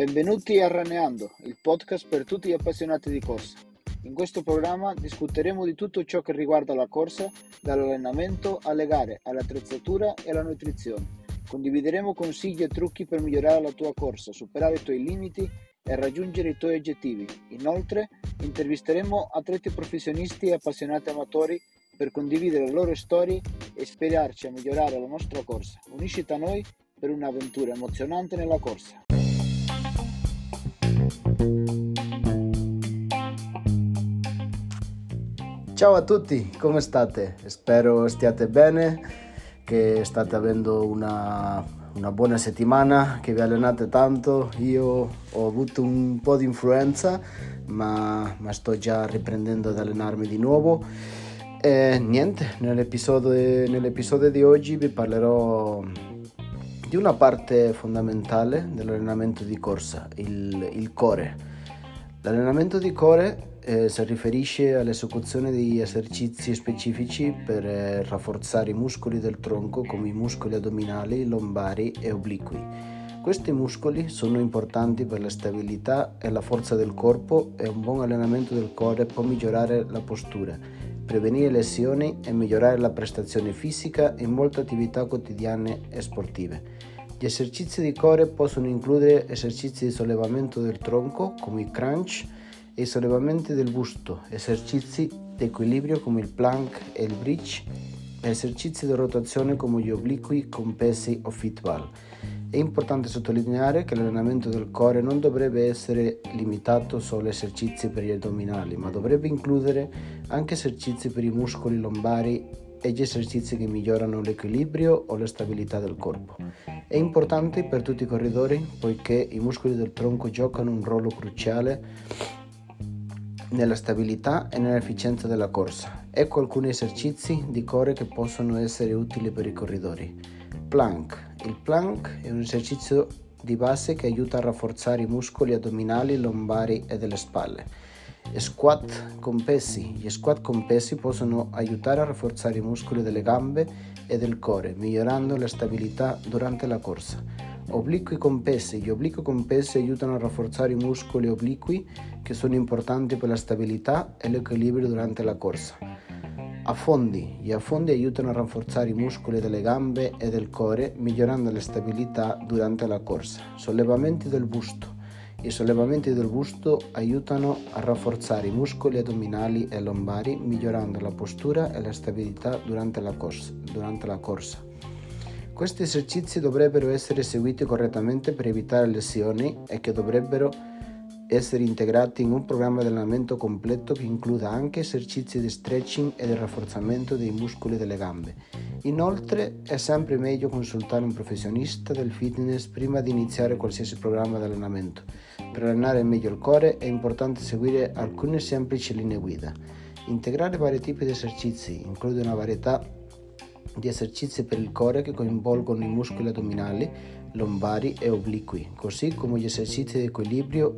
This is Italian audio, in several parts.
Benvenuti a Raneando, il podcast per tutti gli appassionati di corsa. In questo programma discuteremo di tutto ciò che riguarda la corsa, dall'allenamento alle gare, all'attrezzatura e alla nutrizione. Condivideremo consigli e trucchi per migliorare la tua corsa, superare i tuoi limiti e raggiungere i tuoi obiettivi. Inoltre, intervisteremo atleti professionisti e appassionati amatori per condividere le loro storie e ispirarci a migliorare la nostra corsa. Unisciti a noi per un'avventura emozionante nella corsa. Ciao a tutti, come state? Spero stiate bene, che state avendo una buona settimana, che vi allenate tanto. Io ho avuto un po' di influenza, ma sto già riprendendo ad allenarmi di nuovo. E niente, nell'episodio di oggi vi parlerò di una parte fondamentale dell'allenamento di corsa, il core. L'allenamento di core si riferisce all'esecuzione di esercizi specifici per rafforzare i muscoli del tronco come i muscoli addominali, lombari e obliqui. Questi muscoli sono importanti per la stabilità e la forza del corpo e un buon allenamento del core può migliorare la postura, prevenire lesioni e migliorare la prestazione fisica in molte attività quotidiane e sportive. Gli esercizi di core possono includere esercizi di sollevamento del tronco come i crunch e i sollevamenti del busto, esercizi di equilibrio come il plank e il bridge, e esercizi di rotazione come gli obliqui con pesi o football. È importante sottolineare che l'allenamento del core non dovrebbe essere limitato solo a esercizi per gli addominali, ma dovrebbe includere anche esercizi per i muscoli lombari e gli esercizi che migliorano l'equilibrio o la stabilità del corpo. È importante per tutti i corridori poiché i muscoli del tronco giocano un ruolo cruciale nella stabilità e nell'efficienza della corsa. Ecco alcuni esercizi di core che possono essere utili per i corridori. Plank. Il plank è un esercizio di base che aiuta a rafforzare i muscoli addominali, lombari e delle spalle. Squat con pesi. Gli squat con pesi possono aiutare a rafforzare i muscoli delle gambe e del core, migliorando la stabilità durante la corsa. Obliqui con pesi. Gli obliqui con pesi aiutano a rafforzare i muscoli obliqui che sono importanti per la stabilità e l'equilibrio durante la corsa. Affondi. Gli affondi aiutano a rafforzare i muscoli delle gambe e del core, migliorando la stabilità durante la corsa. Sollevamenti del busto. I sollevamenti del busto aiutano a rafforzare i muscoli addominali e lombari, migliorando la postura e la stabilità durante la corsa. Questi esercizi dovrebbero essere eseguiti correttamente per evitare lesioni e che dovrebbero essere integrati in un programma di allenamento completo che includa anche esercizi di stretching e di rafforzamento dei muscoli delle gambe. Inoltre è sempre meglio consultare un professionista del fitness prima di iniziare qualsiasi programma di allenamento. Per allenare meglio il core è importante seguire alcune semplici linee guida. Integrare vari tipi di esercizi include una varietà di esercizi per il core che coinvolgono i muscoli addominali, lombari e obliqui, così come gli esercizi di equilibrio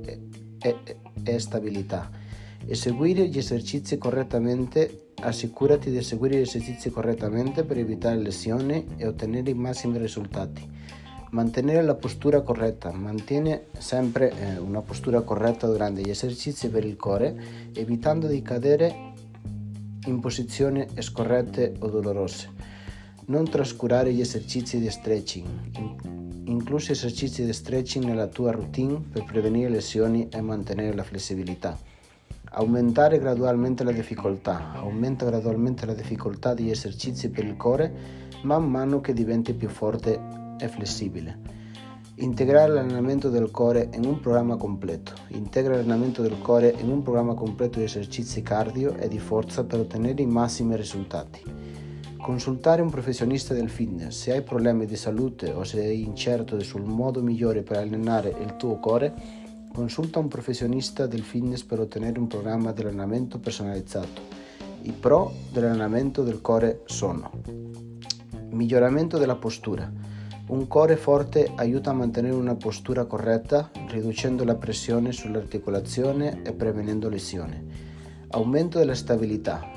e stabilità. Eseguire gli esercizi correttamente. Assicurati di eseguire gli esercizi correttamente per evitare lesioni e ottenere i massimi risultati. Mantenere la postura corretta. Mantiene sempre una postura corretta durante gli esercizi per il core, evitando di cadere in posizioni scorrette o dolorose. Non trascurare gli esercizi di stretching. Inclusi esercizi di stretching nella tua routine per prevenire lesioni e mantenere la flessibilità. Aumentare gradualmente la difficoltà. Aumenta gradualmente la difficoltà degli esercizi per il core man mano che diventi più forte e flessibile. Integrare l'allenamento del core in un programma completo. Integra l'allenamento del core in un programma completo di esercizi cardio e di forza per ottenere i massimi risultati. Consultare un professionista del fitness. Se hai problemi di salute o sei incerto sul modo migliore per allenare il tuo core, consulta un professionista del fitness per ottenere un programma di allenamento personalizzato. I pro dell'allenamento del core sono: miglioramento della postura. Un core forte aiuta a mantenere una postura corretta, riducendo la pressione sull'articolazione e prevenendo lesioni. Aumento della stabilità.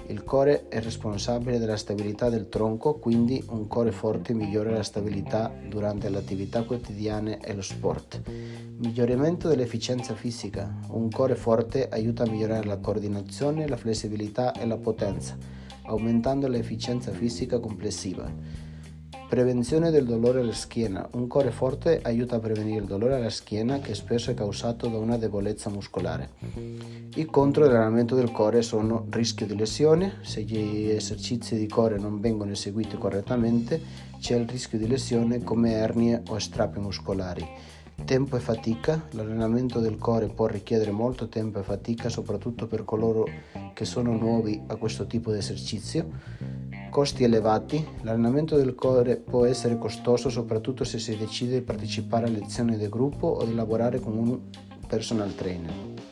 Il cuore è responsabile della stabilità del tronco, quindi un cuore forte migliora la stabilità durante le attività quotidiane e lo sport. Miglioramento dell'efficienza fisica. Un cuore forte aiuta a migliorare la coordinazione, la flessibilità e la potenza, aumentando l'efficienza fisica complessiva. Prevenzione del dolore alla schiena. Un cuore forte aiuta a prevenire il dolore alla schiena, che spesso è causato da una debolezza muscolare. I contro dell'allenamento del cuore sono rischio di lesione. Se gli esercizi di cuore non vengono eseguiti correttamente, c'è il rischio di lesione come ernie o strappi muscolari. Tempo e fatica. L'allenamento del cuore può richiedere molto tempo e fatica, soprattutto per coloro che sono nuovi a questo tipo di esercizio. Costi elevati. L'allenamento del cuore può essere costoso, soprattutto se si decide di partecipare a lezioni di gruppo o di lavorare con un personal trainer.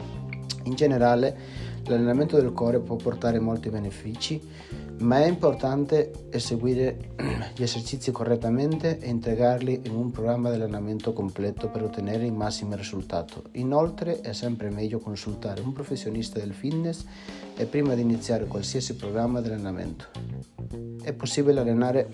In generale, l'allenamento del cuore può portare molti benefici, ma è importante eseguire gli esercizi correttamente e integrarli in un programma di allenamento completo per ottenere il massimo risultato. Inoltre, è sempre meglio consultare un professionista del fitness e prima di iniziare qualsiasi programma di allenamento. È possibile allenare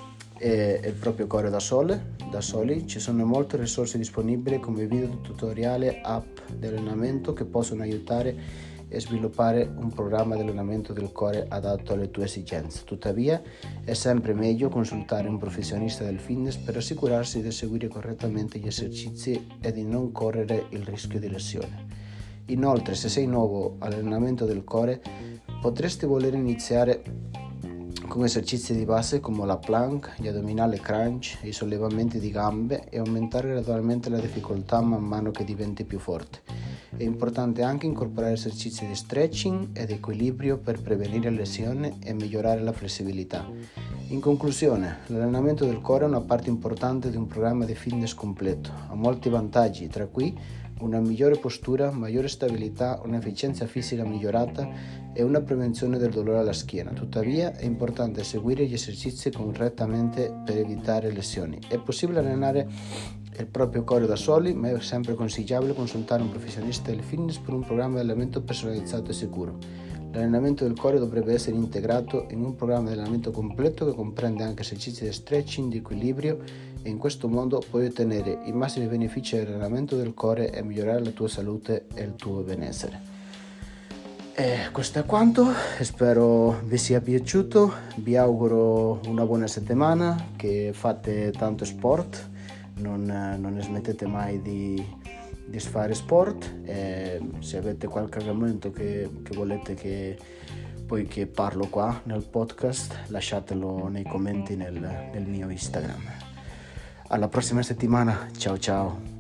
il proprio cuore da soli. Ci sono molte risorse disponibili come video tutorial, app di allenamento che possono aiutare a sviluppare un programma di allenamento del cuore adatto alle tue esigenze. Tuttavia, è sempre meglio consultare un professionista del fitness per assicurarsi di seguire correttamente gli esercizi e di non correre il rischio di lesione. Inoltre, se sei nuovo all'allenamento del cuore, potresti voler iniziare con esercizi di base come la plank, gli addominali crunch e i sollevamenti di gambe e aumentare gradualmente la difficoltà man mano che diventi più forte. È importante anche incorporare esercizi di stretching ed equilibrio per prevenire lesioni e migliorare la flessibilità. In conclusione, l'allenamento del cuore è una parte importante di un programma di fitness completo. Ha molti vantaggi, tra cui una migliore postura, maggiore stabilità, un'efficienza fisica migliorata e una prevenzione del dolore alla schiena. Tuttavia, è importante eseguire gli esercizi correttamente per evitare lesioni. È possibile allenare il proprio cuore da soli, ma è sempre consigliabile consultare un professionista del fitness per un programma di allenamento personalizzato e sicuro. L'allenamento del cuore dovrebbe essere integrato in un programma di allenamento completo che comprende anche esercizi di stretching, di equilibrio, e in questo modo puoi ottenere i massimi benefici dell'allenamento del cuore e migliorare la tua salute e il tuo benessere. E questo è quanto, spero vi sia piaciuto, vi auguro una buona settimana, che fate tanto sport, non smettete mai di fare sport, e se avete qualche argomento che volete che parlo qua nel podcast, lasciatelo nei commenti nel mio Instagram. Alla prossima settimana, ciao ciao.